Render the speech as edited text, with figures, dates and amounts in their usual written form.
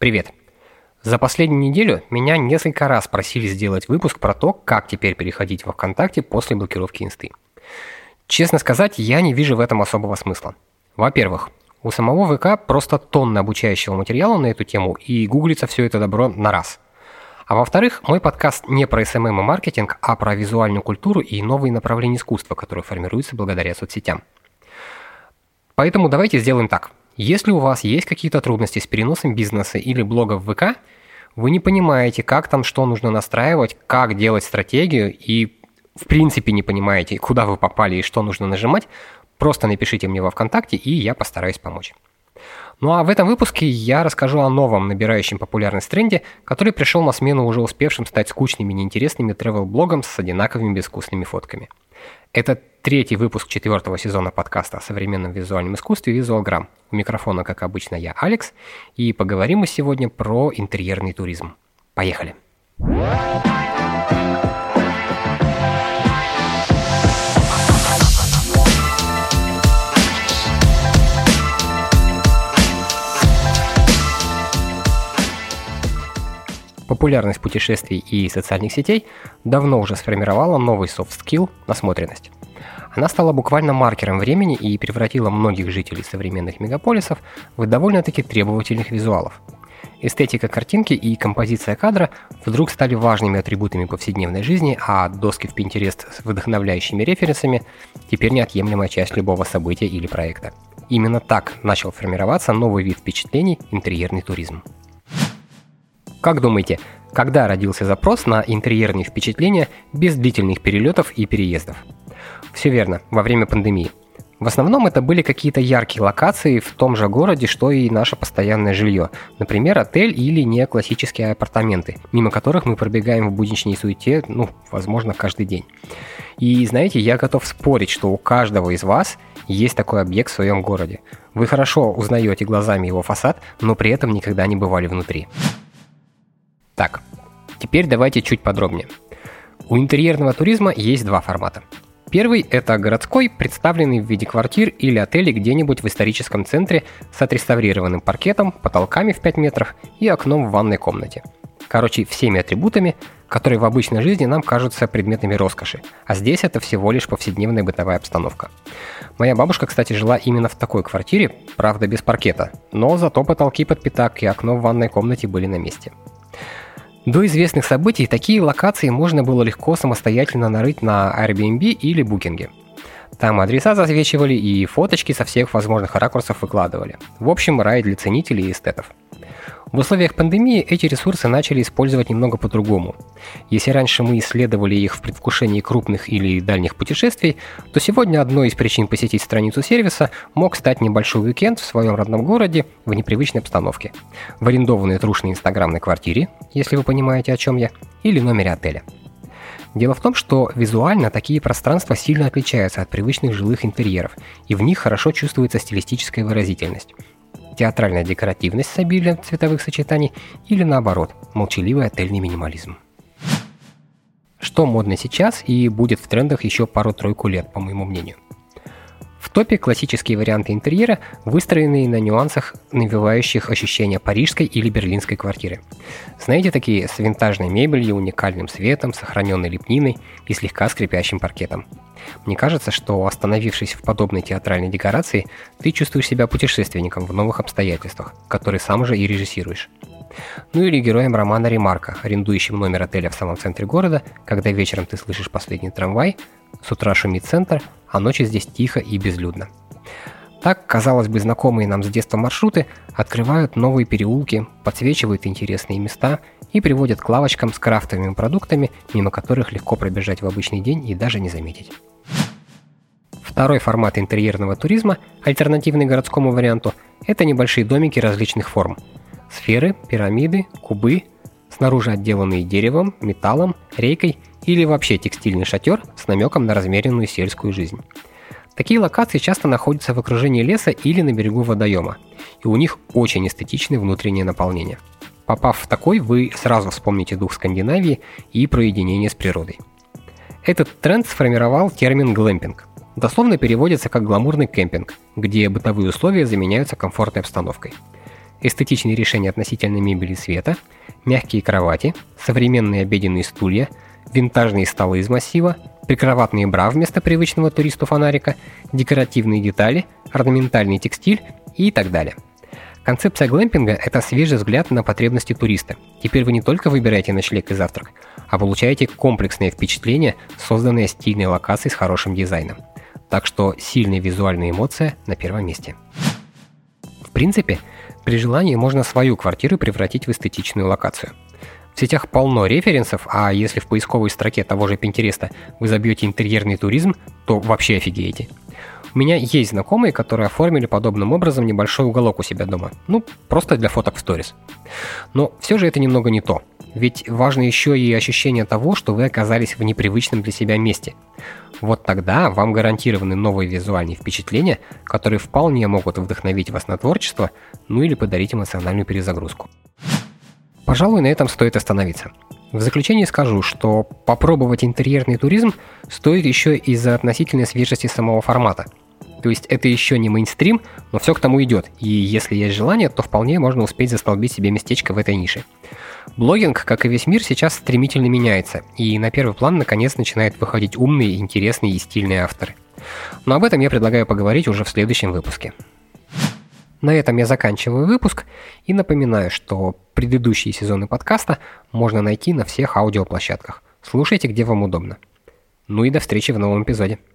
Привет! За последнюю неделю меня несколько раз просили сделать выпуск про то, как теперь переходить во ВКонтакте после блокировки инсты. Честно сказать, я не вижу в этом особого смысла. Во-первых, у самого ВК просто тонны обучающего материала на эту тему, и гуглится все это добро на раз. А во-вторых, мой подкаст не про СММ и маркетинг, а про визуальную культуру и новые направления искусства, которые формируются благодаря соцсетям. Поэтому давайте сделаем так. Если у вас есть какие-то трудности с переносом бизнеса или блога в ВК, вы не понимаете, как там что нужно настраивать, как делать стратегию и в принципе не понимаете, куда вы попали и что нужно нажимать, просто напишите мне во ВКонтакте, и я постараюсь помочь. Ну а в этом выпуске я расскажу о новом набирающем популярность тренде, который пришел на смену уже успевшим стать скучными и неинтересными тревел-блогам с одинаковыми безвкусными фотками. Это третий выпуск 4-го сезона подкаста о современном визуальном искусстве «Визуалграм». У микрофона, как обычно, я, Алекс, и поговорим мы сегодня про интерьерный туризм. Поехали! Популярность путешествий и социальных сетей давно уже сформировала новый софт-скилл – насмотренность. Она стала буквально маркером времени и превратила многих жителей современных мегаполисов в довольно-таки требовательных визуалов. Эстетика картинки и композиция кадра вдруг стали важными атрибутами повседневной жизни, а доски в Pinterest с вдохновляющими референсами теперь неотъемлемая часть любого события или проекта. Именно так начал формироваться новый вид впечатлений – интерьерный туризм. Как думаете, когда родился запрос на интерьерные впечатления без длительных перелетов и переездов? Все верно, во время пандемии. В основном это были какие-то яркие локации в том же городе, что и наше постоянное жилье. Например, отель или неоклассические апартаменты, мимо которых мы пробегаем в будничной суете, возможно, каждый день. И знаете, я готов спорить, что у каждого из вас есть такой объект в своем городе. Вы хорошо узнаете глазами его фасад, но при этом никогда не бывали внутри. Так, теперь давайте чуть подробнее. У интерьерного туризма есть два формата. Первый – это городской, представленный в виде квартир или отелей где-нибудь в историческом центре с отреставрированным паркетом, потолками в 5 метров и окном в ванной комнате. Короче, всеми атрибутами, которые в обычной жизни нам кажутся предметами роскоши, а здесь это всего лишь повседневная бытовая обстановка. Моя бабушка, кстати, жила именно в такой квартире, правда без паркета, но зато потолки под пятак и окно в ванной комнате были на месте. До известных событий такие локации можно было легко самостоятельно нарыть на Airbnb или Booking. Там адреса засвечивали и фоточки со всех возможных ракурсов выкладывали. В общем, рай для ценителей и эстетов. В условиях пандемии эти ресурсы начали использовать немного по-другому. Если раньше мы исследовали их в предвкушении крупных или дальних путешествий, то сегодня одной из причин посетить страницу сервиса мог стать небольшой уикенд в своем родном городе в непривычной обстановке, в арендованной трушной инстаграмной квартире, если вы понимаете, о чем я, или номере отеля. Дело в том, что визуально такие пространства сильно отличаются от привычных жилых интерьеров, и в них хорошо чувствуется стилистическая выразительность. Театральная декоративность с обилием цветовых сочетаний или наоборот, молчаливый отельный минимализм. Что модно сейчас и будет в трендах еще пару-тройку лет, по моему мнению. В топе классические варианты интерьера, выстроенные на нюансах, навевающих ощущение парижской или берлинской квартиры. Знаете, такие с винтажной мебелью, уникальным светом, сохраненной лепниной и слегка скрипящим паркетом. Мне кажется, что, остановившись в подобной театральной декорации, ты чувствуешь себя путешественником в новых обстоятельствах, которые сам же и режиссируешь. Ну или героем романа Ремарка, арендующим номер отеля в самом центре города, когда вечером ты слышишь последний трамвай, с утра шумит центр, а ночью здесь тихо и безлюдно. Так, казалось бы, знакомые нам с детства маршруты открывают новые переулки, подсвечивают интересные места и приводят к лавочкам с крафтовыми продуктами, мимо которых легко пробежать в обычный день и даже не заметить. Второй формат интерьерного туризма, альтернативный городскому варианту, это небольшие домики различных форм. Сферы, пирамиды, кубы, снаружи отделанные деревом, металлом, рейкой или вообще текстильный шатер с намеком на размеренную сельскую жизнь. Такие локации часто находятся в окружении леса или на берегу водоема, и у них очень эстетичное внутреннее наполнение. Попав в такой, вы сразу вспомните дух Скандинавии и про единение с природой. Этот тренд сформировал термин «глэмпинг». Дословно переводится как гламурный кемпинг, где бытовые условия заменяются комфортной обстановкой. эстетичные решения относительно мебели и света, мягкие кровати, современные обеденные стулья, винтажные столы из массива, прикроватные бра вместо привычного туристу фонарика, декоративные детали, орнаментальный текстиль и так далее. Концепция глэмпинга – это свежий взгляд на потребности туриста. Теперь вы не только выбираете ночлег и завтрак, а получаете комплексное впечатление, созданное стильной локацией с хорошим дизайном. Так что сильная визуальная эмоция на первом месте. В принципе, при желании можно свою квартиру превратить в эстетичную локацию. В сетях полно референсов, а если в поисковой строке того же Пинтереста вы забьете интерьерный туризм, то вообще офигеете. У меня есть знакомые, которые оформили подобным образом небольшой уголок у себя дома. Просто для фоток в сторис. Но все же это немного не то. Ведь важно еще и ощущение того, что вы оказались в непривычном для себя месте. Вот тогда вам гарантированы новые визуальные впечатления, которые вполне могут вдохновить вас на творчество, или подарить эмоциональную перезагрузку. Пожалуй, на этом стоит остановиться. В заключение скажу, что попробовать интерьерный туризм стоит еще из-за относительной свежести самого формата. То есть это еще не мейнстрим, но все к тому идет, и если есть желание, то вполне можно успеть застолбить себе местечко в этой нише. Блогинг, как и весь мир, сейчас стремительно меняется, и на первый план наконец начинают выходить умные, интересные и стильные авторы. Но об этом я предлагаю поговорить уже в следующем выпуске. На этом я заканчиваю выпуск и напоминаю, что предыдущие сезоны подкаста можно найти на всех аудиоплощадках. Слушайте, где вам удобно. И до встречи в новом эпизоде.